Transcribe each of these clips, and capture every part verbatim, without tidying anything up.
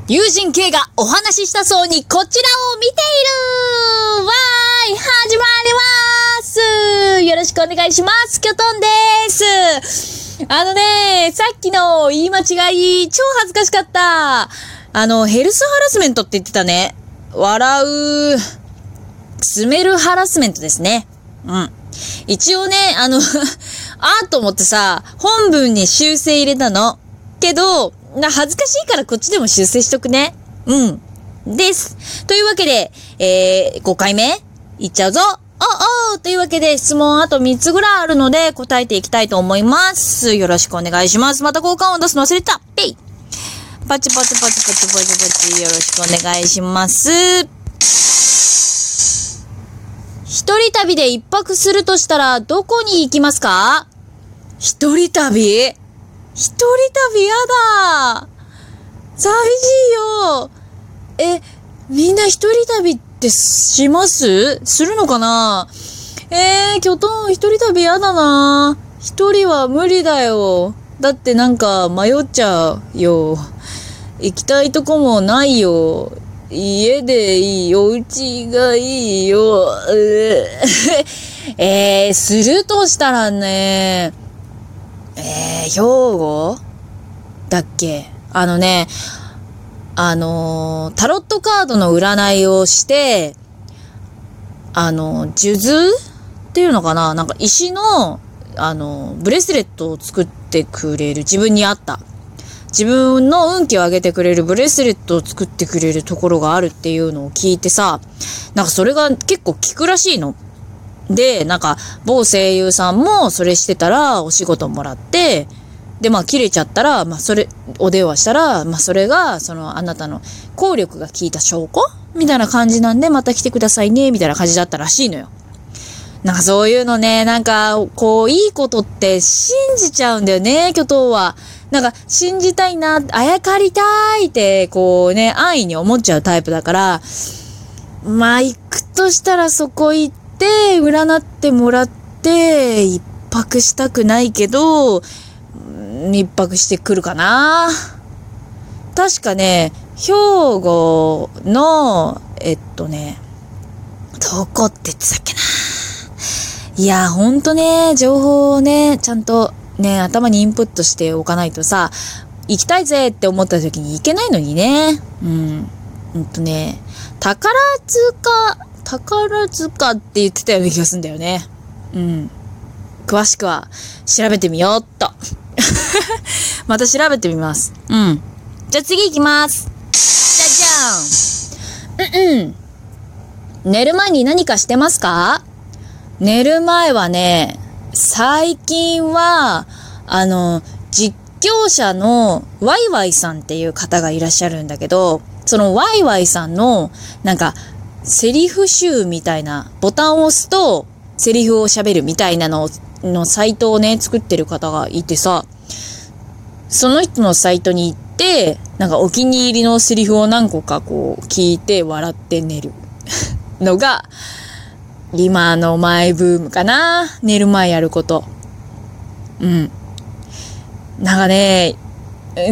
友人 K がお話ししたそうにこちらを見ているわーい、始まります。よろしくお願いします。キョトンです。あのね、さっきの言い間違い、超恥ずかしかった。あの、ヘルスハラスメントって言ってたね。笑う、スメルハラスメントですね。うん。一応ね、あの、あーと思ってさ、本文に修正入れたの。けど、な、恥ずかしいからこっちでも修正しとくね。うん。です。というわけで、えー、ごかいめいっちゃうぞ。おおというわけで、質問あとみっつぐらいあるので答えていきたいと思います。よろしくお願いします。また交換音出すの忘れた。ペイパチパチパチパチパチパチ。よろしくお願いします。一人旅で一泊するとしたらどこに行きますか？一人旅？一人旅やだ。寂しいよ。え、みんな一人旅ってします？するのかな？えー、キョトン一人旅やだな。一人は無理だよ。だってなんか迷っちゃうよ。行きたいとこもないよ。家でいい。お家がいいよ。えー、するとしたらね、えー、兵庫だっけ？あのね、あのー、タロットカードの占いをして、あの、数珠っていうのかな？なんか石の、あの、ブレスレットを作ってくれる、自分に合った。自分の運気を上げてくれるブレスレットを作ってくれるところがあるっていうのを聞いてさ、なんかそれが結構効くらしいの。で、なんか、某声優さんもそれしてたらお仕事もらって、で、まあ、切れちゃったら、まあ、それ、お電話したら、まあ、それが、その、あなたの効力が効いた証拠みたいな感じなんで、また来てくださいね、みたいな感じだったらしいのよ。なんかそういうのね、なんか、こう、いいことって信じちゃうんだよね、巨頭は。なんか、信じたいな、あやかりたいって、こうね、安易に思っちゃうタイプだから、まあ、行くとしたらそこ行って、で、占ってもらって、一泊したくないけど、一泊してくるかな。確かね、兵庫の、えっとね、どこって言ってたっけな。いや、ほんとね、情報をね、ちゃんとね、頭にインプットしておかないとさ、行きたいぜって思った時に行けないのにね。うん。うんとね、宝塚、宝塚って言ってたような気がするんだよね。うん。詳しくは調べてみようっと。また調べてみます。うん。じゃあ次行きます。じゃじゃん。うんうん。寝る前に何かしてますか？寝る前はね、最近は、あの、実況者のワイワイさんっていう方がいらっしゃるんだけど、そのワイワイさんの、なんか、セリフ集みたいなボタンを押すとセリフを喋るみたいなののサイトをね作ってる方がいてさ、その人のサイトに行ってなんかお気に入りのセリフを何個かこう聞いて笑って寝るのが今のマイブームかな。寝る前やること。うんなんかね、うん、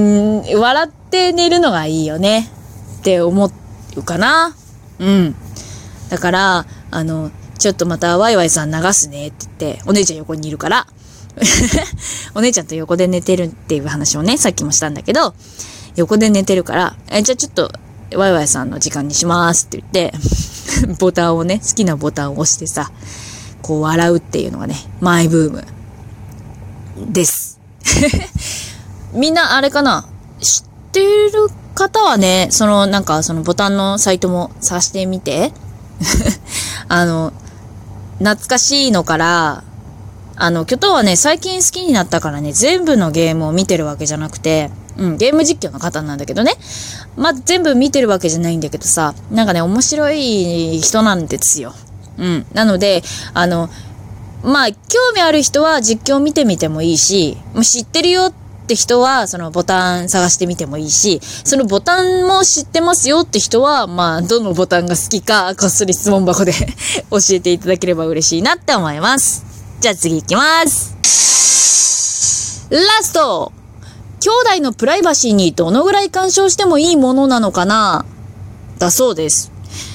笑って寝るのがいいよねって思うかな。うん。だから、あの、ちょっとまたワイワイさん流すねって言って、お姉ちゃん横にいるから、お姉ちゃんと横で寝てるっていう話をね、さっきもしたんだけど、横で寝てるから、え、じゃあちょっと、ワイワイさんの時間にしますって言って、ボタンをね、好きなボタンを押してさ、こう笑うっていうのがね、マイブームです。みんなあれかな？知ってる方はね、そのなんかそのボタンのサイトも探してみて。あの、懐かしいのから、あの、キョトはね、最近好きになったからね、全部のゲームを見てるわけじゃなくて、うん、ゲーム実況の方なんだけどね。まあ、全部見てるわけじゃないんだけどさ、なんかね、面白い人なんですよ。うん。なので、あの、まあ、興味ある人は実況見てみてもいいし、知ってるよって人はそのボタン探してみてもいいし、そのボタンも知ってますよって人は、まあ、どのボタンが好きか、こっそり質問箱で教えていただければ嬉しいなって思います。じゃあ次行きます。ラスト兄弟のプライバシーにどのぐらい干渉してもいいものなのかなだそうです。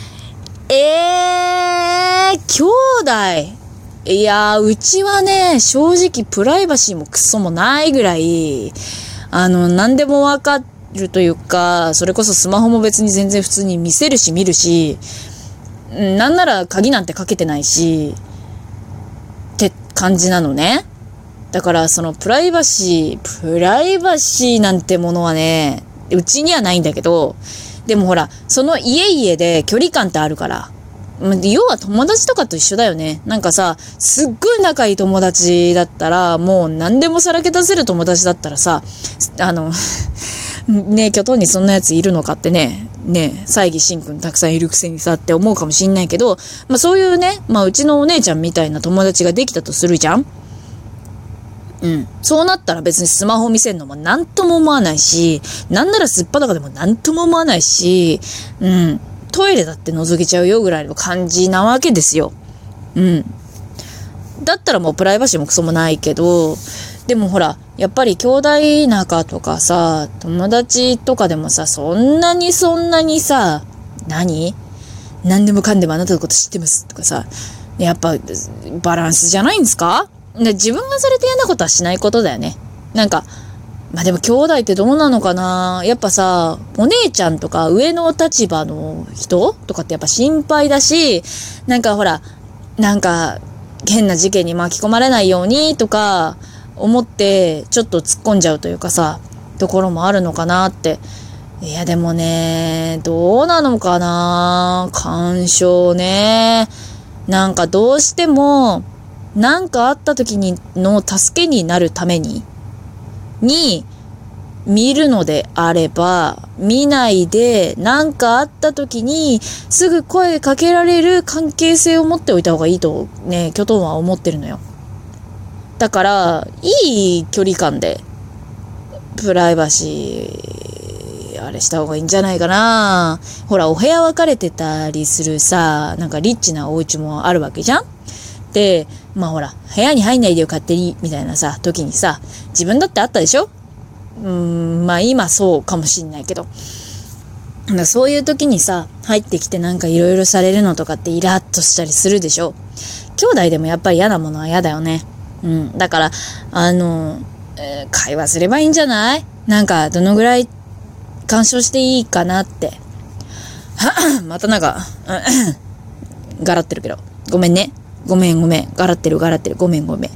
えー、兄弟。いやー、うちはね、正直プライバシーもクソもないぐらい、あの、何でもわかるというか、それこそスマホも別に全然普通に見せるし見るし、なんなら鍵なんてかけてないし、って感じなのね。だからそのプライバシー、プライバシーなんてものはね、うちにはないんだけど、でもほら、その家々で距離感ってあるから、要は友達とかと一緒だよね。なんかさ、すっごい仲いい友達だったら、もう何でもさらけ出せる友達だったらさ、あの、ねえ、巨頭にそんなやついるのかってね、ねえ、西義慎くんたくさんいるくせにさって思うかもしんないけど、まあそういうね、まあうちのお姉ちゃんみたいな友達ができたとするじゃん。うん。そうなったら別にスマホ見せるのもなんとも思わないし、なんならすっぱだかでもなんとも思わないし、うん。トイレだって覗けちゃうよぐらいの感じなわけですよ。うん。だったらもうプライバシーもクソもないけど、でもほら、やっぱり兄弟仲とかさ、友達とかでもさ、そんなにそんなにさ、何何でもかんでもあなたのこと知ってますとかさ、やっぱバランスじゃないんですか？自分がされて嫌なことはしないことだよね。なんか、まあでも兄弟ってどうなのかな。やっぱさ、お姉ちゃんとか上の立場の人とかってやっぱ心配だし、なんかほら、なんか変な事件に巻き込まれないようにとか思ってちょっと突っ込んじゃうというかさ、ところもあるのかなって。いやでもね、どうなのかな。干渉ね。なんかどうしても、なんかあった時にの助けになるために、に見るのであれば、見ないで何かあった時にすぐ声かけられる関係性を持っておいた方がいいとね、キョトンは思ってるのよ。だからいい距離感でプライバシーあれした方がいいんじゃないかな。ほら、お部屋分かれてたりするさ、なんかリッチなお家もあるわけじゃん。で、まあほら、部屋に入んないでよ勝手にみたいなさ時にさ、自分だってあったでしょ。うーん、まあ今そうかもしんないけど、そういう時にさ入ってきてなんかいろいろされるのとかってイラッとしたりするでしょ。兄弟でもやっぱり嫌なものは嫌だよね。うん、だからあの、えー、会話すればいいんじゃない？なんかどのぐらい干渉していいかなってまたなんかガラってるけどごめんね、ごめんごめん、ガラってるガラってる、ごめんごめん。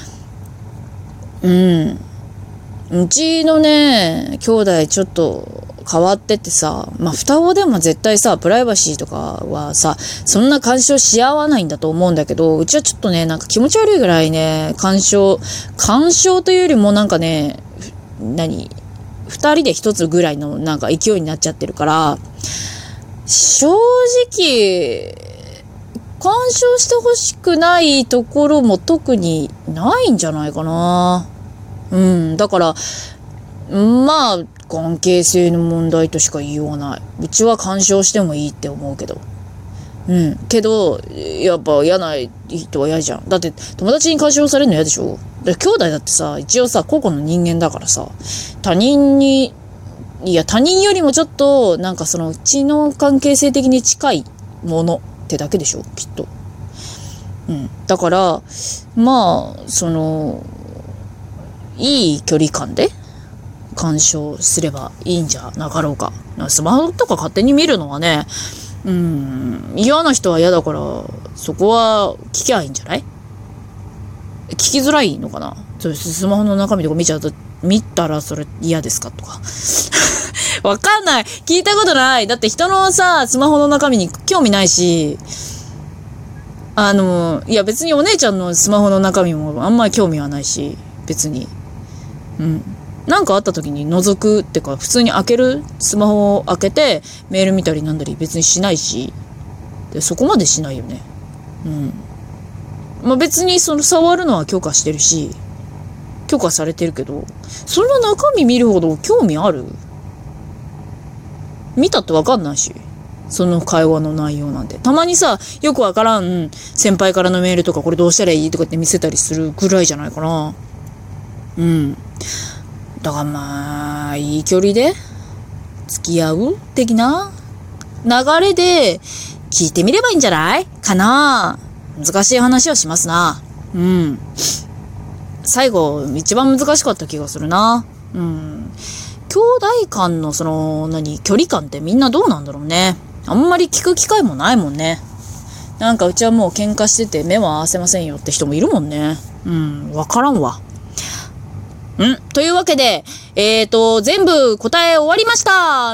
うんうちのね、兄弟ちょっと変わっててさ、まあ、双子でも絶対さ、プライバシーとかはさ、そんな干渉し合わないんだと思うんだけど、うちはちょっとね、なんか気持ち悪いぐらいね、干渉、干渉というよりもなんかね、何二人で一つぐらいのなんか勢いになっちゃってるから、正直、干渉してほしくないところも特にないんじゃないかな。うん、だから、まあ、関係性の問題としか言いようがない。うちは干渉してもいいって思うけど。うん。けど、やっぱ嫌な人は嫌じゃん。だって友達に干渉されるの嫌でしょ。で、兄弟だってさ、一応さ、個々の人間だからさ、他人に、いや、他人よりもちょっと、なんかその、うちの関係性的に近いものってだけでしょ、きっと。うん。だから、まあ、その、いい距離感で干渉すればいいんじゃなかろうか。スマホとか勝手に見るのはね、うーん、嫌な人は嫌だから、そこは聞きゃいいんじゃない？聞きづらいのかな？スマホの中身とか見ちゃうと、見たらそれ嫌ですかとか。わかんない。聞いたことない。だって人のさ、スマホの中身に興味ないし、あの、いや別にお姉ちゃんのスマホの中身もあんまり興味はないし、別に。うん。なんかあった時に覗くってか、普通に開けるスマホを開けてメール見たりなんだり別にしないし、でそこまでしないよね。うん。まあ別にその触るのは許可してるし、許可されてるけど、その中身見るほど興味ある？見たってわかんないし、その会話の内容なんで。たまにさ、よくわからん先輩からのメールとか、これどうしたらいいとかって見せたりするぐらいじゃないかな。うん。 だからまあ、いい距離で付き合う的な流れで聞いてみればいいんじゃないかな。難しい話をしますな。うん。最後、一番難しかった気がするな。うん。兄弟間のその、何、距離感ってみんなどうなんだろうね。あんまり聞く機会もないもんね。なんかうちはもう喧嘩してて目は合わせませんよって人もいるもんね。うん、わからんわ。んというわけで、えーと、全部答え終わりました。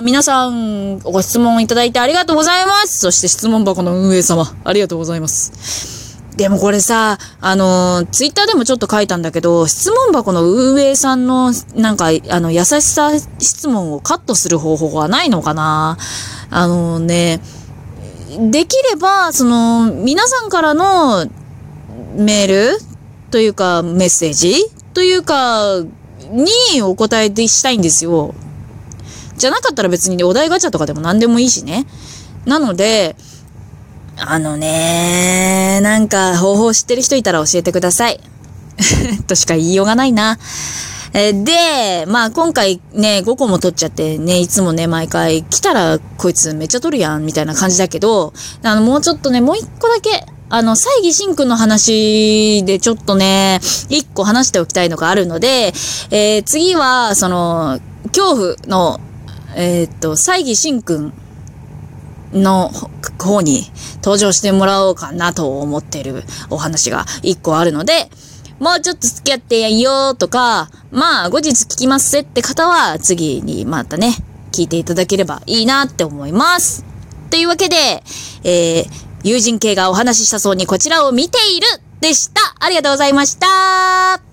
皆さん、ご質問いただいてありがとうございます。そして質問箱の運営様、ありがとうございます。でもこれさ、あの、ツイッターでもちょっと書いたんだけど、質問箱の運営さんの、なんか、あの、優しさ質問をカットする方法はないのかな？あのね、できれば、その、皆さんからのメールというか、メッセージというか、にお答えでしたいんですよ。じゃなかったら別にお題ガチャとかでも何でもいいしね。なので、あのね、なんか方法知ってる人いたら教えてください。としか言いようがないな。えで、まあ今回ね、ごこも取っちゃってね、いつもね、毎回来たらこいつめっちゃ取るやん、みたいな感じだけど、あの、もうちょっとね、もう一個だけ、あの、西義神君の話でちょっとね、一個話しておきたいのがあるので、えー、次は、その、恐怖の、えー、っと、西義神君の方に登場してもらおうかなと思ってるお話が一個あるので、もうちょっと付き合ってやんよとか、まあ後日聞きますぜって方は次にまたね、聞いていただければいいなって思います。というわけで、えー、友人系がお話ししたそうにこちらを見ているでした。ありがとうございました。